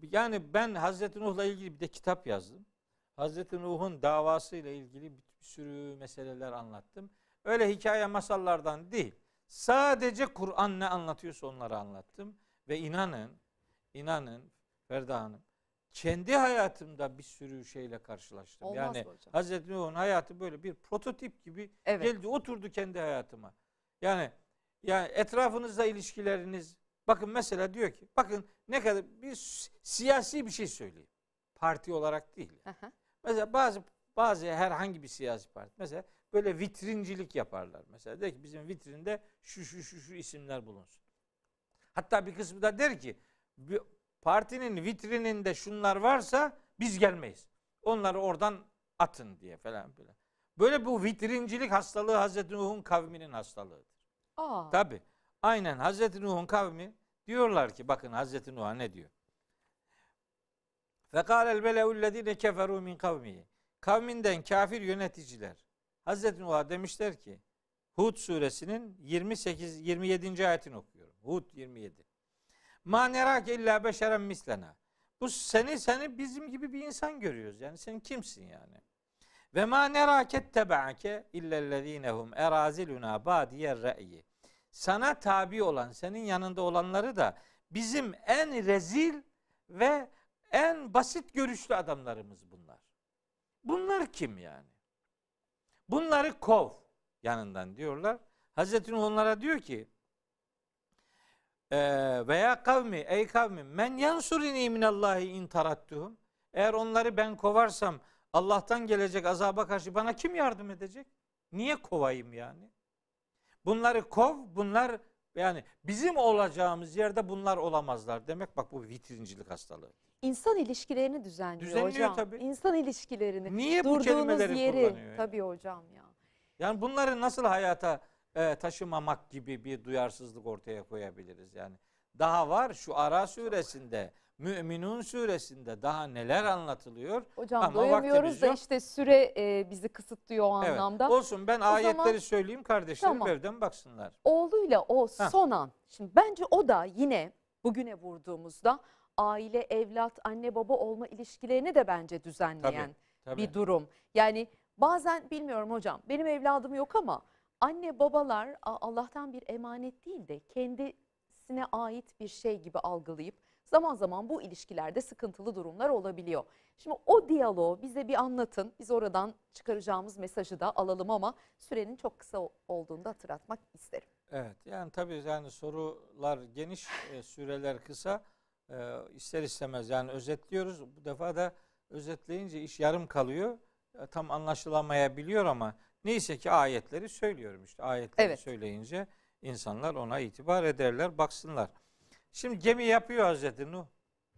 Yani ben Hazreti Nuh'la ilgili bir de kitap yazdım. Hazreti Nuh'un davasıyla ilgili bir sürü meseleler anlattım. Öyle hikaye masallardan değil. Sadece Kur'an ne anlatıyorsa onları anlattım. Ve inanın, inanın Ferda Hanım, kendi hayatımda bir sürü şeyle karşılaştım.
Olmaz
yani
hocam.
Hazreti Nuh'un hayatı böyle bir prototip gibi
Evet.
geldi, oturdu kendi hayatıma. Yani yani etrafınızda ilişkileriniz, bakın mesela diyor ki, bakın ne kadar bir siyasi bir şey söyleyeyim. Parti olarak değil.
Hı hı.
Mesela bazı bazı herhangi bir siyasi parti mesela böyle vitrincilik yaparlar. Mesela der ki bizim vitrinde şu şu şu şu isimler bulunsun. Hatta bir kısmı da der ki partinin vitrininde şunlar varsa biz gelmeyiz. Onları oradan atın diye falan filan. Böyle bu vitrincilik hastalığı Hazreti Nuh'un kavminin hastalığıdır.
Aa.
Tabii. Aynen Hazreti Nuh'un kavmi diyorlar ki, bakın Hazreti Nuh'a ne diyor? Fekâlel belevüllezîne keferû min kavmihi. Kavminden kafir yöneticiler Hazreti Nuh'a demişler ki, Hud suresinin yirmi sekiz yirmi yedinci ayetini okuyorum. Hud yirmi yedi. Ma nerake illa beşeren mislena. Bu seni seni bizim gibi bir insan görüyoruz. Yani sen kimsin yani? Ve ma neraket tebaake illellezinehum eraziluna badiyer re'yi. Sana tabi olan, senin yanında olanları da bizim en rezil ve en basit görüşlü adamlarımız bunlar. Bunlar kim yani? Bunları kov yanından diyorlar. Hazreti Nuh onlara diyor ki veya kavmi ey kavmi men yansurini minallahi in tarattuhum. Eğer onları ben kovarsam Allah'tan gelecek azaba karşı bana kim yardım edecek? Niye kovayım yani? Bunları kov, bunlar yani bizim olacağımız yerde bunlar olamazlar demek. Bak bu vitrincilik hastalığı.
İnsan ilişkilerini düzenliyor,
Düzenliyor
hocam.
tabii.
İnsan ilişkilerini.
Niye bu
Durduğunuz
kelimeleri
yeri.
kullanıyor?
Tabii hocam ya.
Yani bunları nasıl hayata e, taşımamak gibi bir duyarsızlık ortaya koyabiliriz yani. Daha var şu Ara suresinde, Müminun suresinde daha neler anlatılıyor.
Hocam
Ama
doyamıyoruz da
yok.
işte süre e, bizi kısıtlıyor o
Evet.
anlamda.
Olsun, ben
O
ayetleri
zaman,
söyleyeyim, kardeşlerim
tamam.
evden baksınlar.
Oğluyla o
Heh.
son an. Şimdi bence o da yine bugüne vurduğumuzda aile, evlat, anne baba olma ilişkilerini de bence düzenleyen
Tabii, tabii.
bir durum. Yani bazen bilmiyorum hocam, benim evladım yok ama anne babalar Allah'tan bir emanet değil de kendisine ait bir şey gibi algılayıp zaman zaman bu ilişkilerde sıkıntılı durumlar olabiliyor. Şimdi o diyaloğu bize bir anlatın. Biz oradan çıkaracağımız mesajı da alalım ama sürenin çok kısa olduğunu da hatırlatmak isterim.
Evet, yani tabii yani sorular geniş, e, süreler kısa. E, ister istemez yani özetliyoruz. Bu defa da özetleyince iş yarım kalıyor. E, tam anlaşılamayabiliyor ama neyse ki ayetleri söylüyorum işte. Ayetleri
Evet.
söyleyince insanlar ona itibar ederler, baksınlar. Şimdi gemi yapıyor Hazreti Nuh.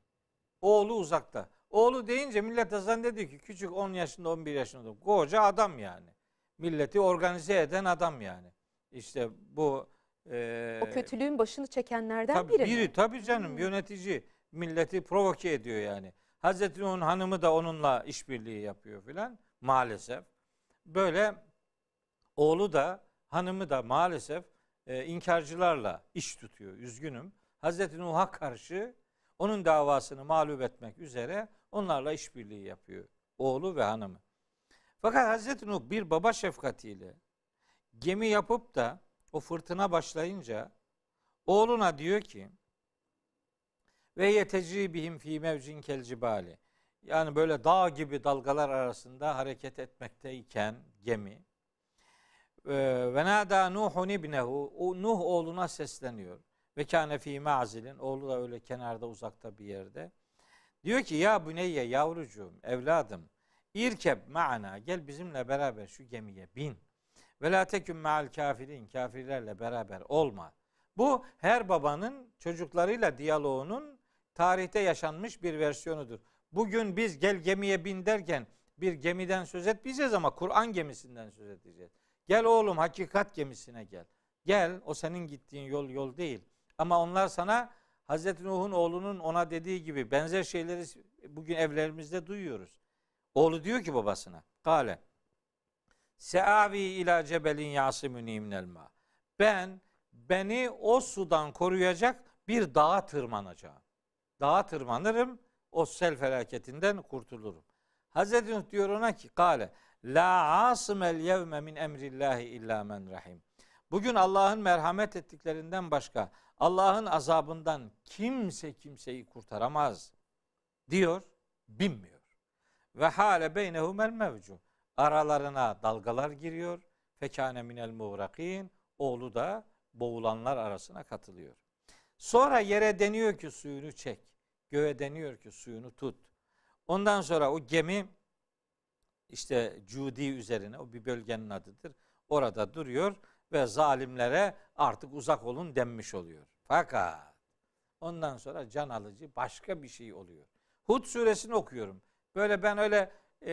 Oğlu uzakta. Oğlu deyince millet de zannediyor ki küçük on yaşında on bir yaşında. Koca adam yani. Milleti organize eden adam yani. İşte bu e,
O kötülüğün başını çekenlerden
tabii,
biri,
biri
mi?
tabii canım
Hmm.
yönetici. Milleti provoke ediyor yani. Hazreti Nuh'un hanımı da onunla işbirliği yapıyor filan maalesef. Böyle oğlu da hanımı da maalesef e, inkarcılarla iş tutuyor. Üzgünüm. Hazreti Nuh'a karşı onun davasını mağlup etmek üzere onlarla işbirliği yapıyor. Oğlu ve hanımı. Fakat Hazreti Nuh bir baba şefkatiyle gemi yapıp da o fırtına başlayınca oğluna diyor ki ve yetecri bihim fi mevcin kel cibali. Yani böyle dağ gibi dalgalar arasında hareket etmekteyken gemi ve nada Nuhun ibnehu, o Nuh oğluna sesleniyor. Ve kâne fî ma'zilin, oğlu da öyle kenarda uzakta bir yerde. Diyor ki ya büneyye, yavrucuğum, evladım, irkeb ma'ana, gel bizimle beraber şu gemiye bin. Ve la tekün ma'al kafirin, kafirlerle beraber olma. Bu her babanın çocuklarıyla diyaloğunun tarihte yaşanmış bir versiyonudur. Bugün biz gel gemiye bin derken bir gemiden söz etmeyeceğiz ama Kur'an gemisinden söz edeceğiz. Gel oğlum hakikat gemisine gel. Gel, o senin gittiğin yol yol değil. Ama onlar sana Hazreti Nuh'un oğlunun ona dediği gibi benzer şeyleri bugün evlerimizde duyuyoruz. Oğlu diyor ki babasına, Kale Seavi ila cebelin yasimuni minel ma. Ben beni o sudan koruyacak bir dağa tırmanacağım. Dağa tırmanırım, o sel felaketinden kurtulurum. Hazreti Nuh diyor ona ki kâle la asımel yevme min emrillahi illa men rahim. Bugün Allah'ın merhamet ettiklerinden başka Allah'ın azabından kimse kimseyi kurtaramaz diyor, bilmiyor. Ve hale beynehumel mevcu. Aralarına dalgalar giriyor. Fekâne minel muğrakîn. Oğlu da boğulanlar arasına katılıyor. Sonra yere deniyor ki suyunu çek. Göğe deniyor ki suyunu tut. Ondan sonra o gemi işte Cudi üzerine, o bir bölgenin adıdır. Orada duruyor ve zalimlere artık uzak olun denmiş oluyor. Fakat ondan sonra can alıcı başka bir şey oluyor. Hud suresini okuyorum. Böyle ben öyle e,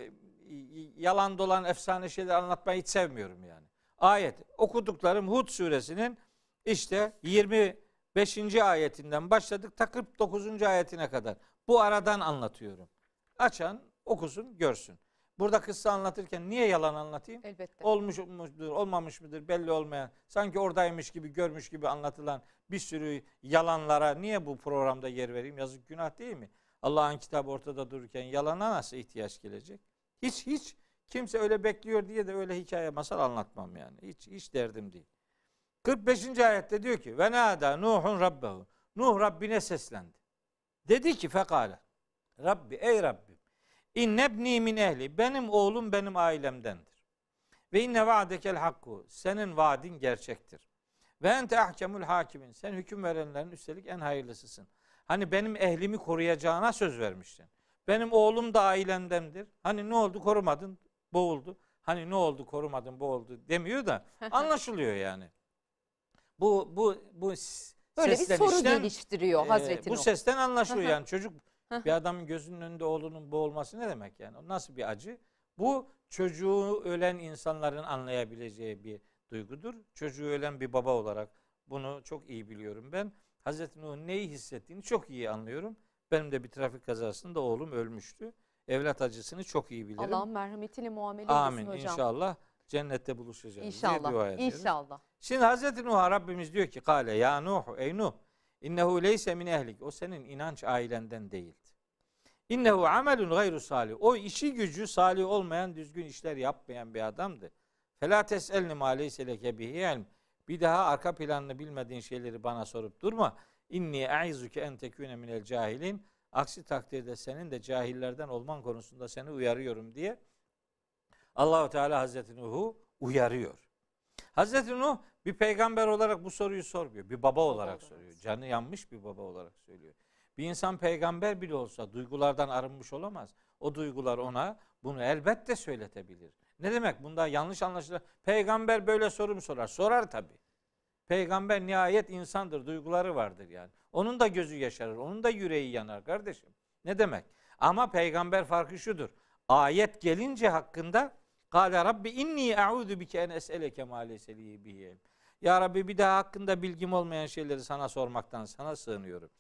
yalan dolan efsane şeyler anlatmayı hiç sevmiyorum yani. Ayet okuduklarım Hud suresinin işte yirmi beşinci ayetinden başladık ta kırk dokuzuncu ayetine kadar. Bu aradan anlatıyorum. Açan okusun, görsün. Burada kıssa anlatırken niye yalan anlatayım?
Elbette.
Olmuş mudur, olmamış mıdır belli olmayan, sanki oradaymış gibi, görmüş gibi anlatılan bir sürü yalanlara niye bu programda yer vereyim? Yazık, günah değil mi? Allah'ın kitabı ortada dururken yalana nasıl ihtiyaç gelecek? Hiç hiç kimse öyle bekliyor diye de öyle hikaye masal anlatmam yani. Hiç hiç derdim değil. kırk beşinci ayette diyor ki ve nâdâ Nuhun Rabbehu. Nuh Rabbine seslendi. Dedi ki fekâle Rabbi, ey Rabbim, innebni min ehli, benim oğlum benim ailemdendir. Ve inne va'dekel hakku, senin vaadin gerçektir. Ve ente ahkemul hakimin, sen hüküm verenlerin üstelik en hayırlısısın. Hani benim ehlimi koruyacağına söz vermiştin. Benim oğlum da ailemdendir. Hani ne oldu, korumadın, boğuldu. Hani ne oldu, korumadın, boğuldu demiyor da anlaşılıyor yani. Bu bu bu
böyle bir soru geliştiriyor
e,
Hazreti
Bu
Nuh.
sesten anlaşılıyor yani. Çocuk, bir adamın gözünün önünde oğlunun boğulması ne demek yani? O nasıl bir acı? Bu çocuğu ölen insanların anlayabileceği bir duygudur. Çocuğu ölen bir baba olarak bunu çok iyi biliyorum ben. Hazreti Nuh'un neyi hissettiğini çok iyi anlıyorum. Benim de bir trafik kazasında oğlum ölmüştü. Evlat acısını çok iyi bilirim.
Allah'ın merhametiyle muamele
Amin.
eylesin hocam.
İnşallah cennette buluşacağız.
İnşallah. İnşallah.
Şimdi Hazreti Nuh'a Rabbimiz diyor ki kâle ya Nuh, ey Nuh, innehu leyse min ehlik. O senin inanç ailenden değildi. İnnehu amelun gayru salih. O işi gücü salih olmayan, düzgün işler yapmayan bir adamdı. Felâ tes'elni mâ leyse leke bihi ilm. Bir daha arka planını bilmediğin şeyleri bana sorup durma. İnni e'izuke en tekûne minel cahilin. Aksi takdirde senin de cahillerden olman konusunda seni uyarıyorum diye Allah-u Teala Hazreti Nuh'u uyarıyor. Hazreti Nuh bir peygamber olarak bu soruyu sormuyor. Bir baba, baba olarak, olarak soruyor. Canı yanmış bir baba olarak söylüyor. Bir insan peygamber bile olsa duygulardan arınmış olamaz. O duygular ona bunu elbette söyletebilir. Ne demek? Bunda yanlış anlaşılır. Peygamber böyle soru mu sorar? Sorar tabii. Peygamber nihayet insandır, duyguları vardır yani. Onun da gözü yaşarır, onun da yüreği yanar kardeşim. Ne demek? Ama peygamber farkı şudur. Ayet gelince hakkında Kâle Rabbi inni e'ûdü bike en es'eleke mâ leyse li bihi. Ya Rabbi, bir daha hakkında bilgim olmayan şeyleri sana sormaktan sana sığınıyorum.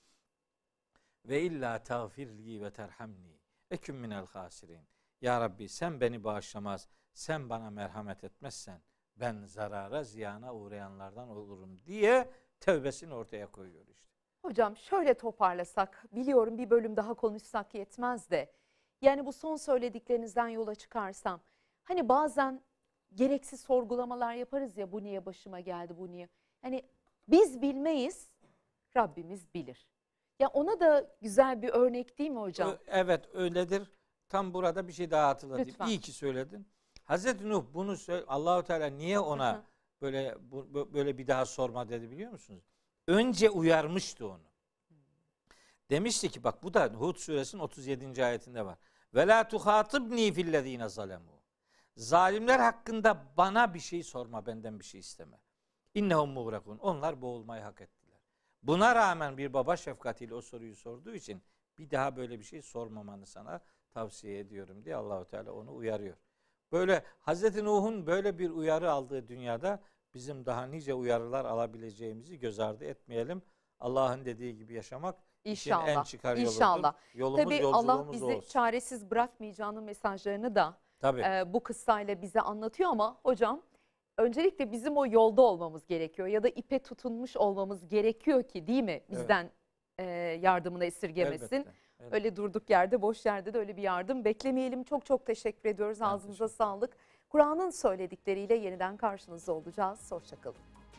Ve illa tağfirli ve terhamni ve küm minel hasirin. Ya Rabbi, sen beni bağışlamaz, sen bana merhamet etmezsen ben zarara, ziyana uğrayanlardan olurum diye tevbesini ortaya koyuyor işte.
Hocam şöyle toparlasak, biliyorum bir bölüm daha konuşsak yetmez de, yani bu son söylediklerinizden yola çıkarsam, hani bazen gereksiz sorgulamalar yaparız ya, bu niye başıma geldi, bu niye? Hani biz bilmeyiz, Rabbimiz bilir. Ya ona da güzel bir örnek değil mi hocam?
Evet, öyledir. Tam burada bir şey daha hatırlatayım.
Lütfen.
İyi ki söyledin. Hazreti Nuh bunu söyle, Allahu Teala niye ona hı hı. böyle bu, böyle bir daha sorma dedi biliyor musunuz? Önce uyarmıştı onu. Demişti ki bak, bu da Hud suresinin otuz yedinci ayetinde var. Ve la tuhatibni fillezine zalemu. Zalimler hakkında bana bir şey sorma, benden bir şey isteme. İnnehum muğrakun. Onlar boğulmayı hak ettiler. Buna rağmen bir baba şefkatiyle o soruyu sorduğu için bir daha böyle bir şey sormamanı sana tavsiye ediyorum diye Allahu Teala onu uyarıyor. Böyle Hazreti Nuh'un böyle bir uyarı aldığı dünyada bizim daha nice uyarılar alabileceğimizi göz ardı etmeyelim. Allah'ın dediği gibi yaşamak
İnşallah.
en çıkar yoludur.
İnşallah.
Yolumuz,
Tabii Allah bizi olsun. Çaresiz bırakmayacağının mesajlarını da e, bu kıssayla bize anlatıyor ama hocam öncelikle bizim o yolda olmamız gerekiyor ya da ipe tutunmuş olmamız gerekiyor ki, değil mi? Bizden evet. e, yardımını esirgemesin. Elbette.
Evet.
Öyle durduk yerde, boş yerde de öyle bir yardım beklemeyelim. Çok çok teşekkür ediyoruz.
Ben
Ağzınıza
teşekkür
sağlık. Kur'an'ın söyledikleriyle yeniden karşınızda olacağız. Hoşçakalın.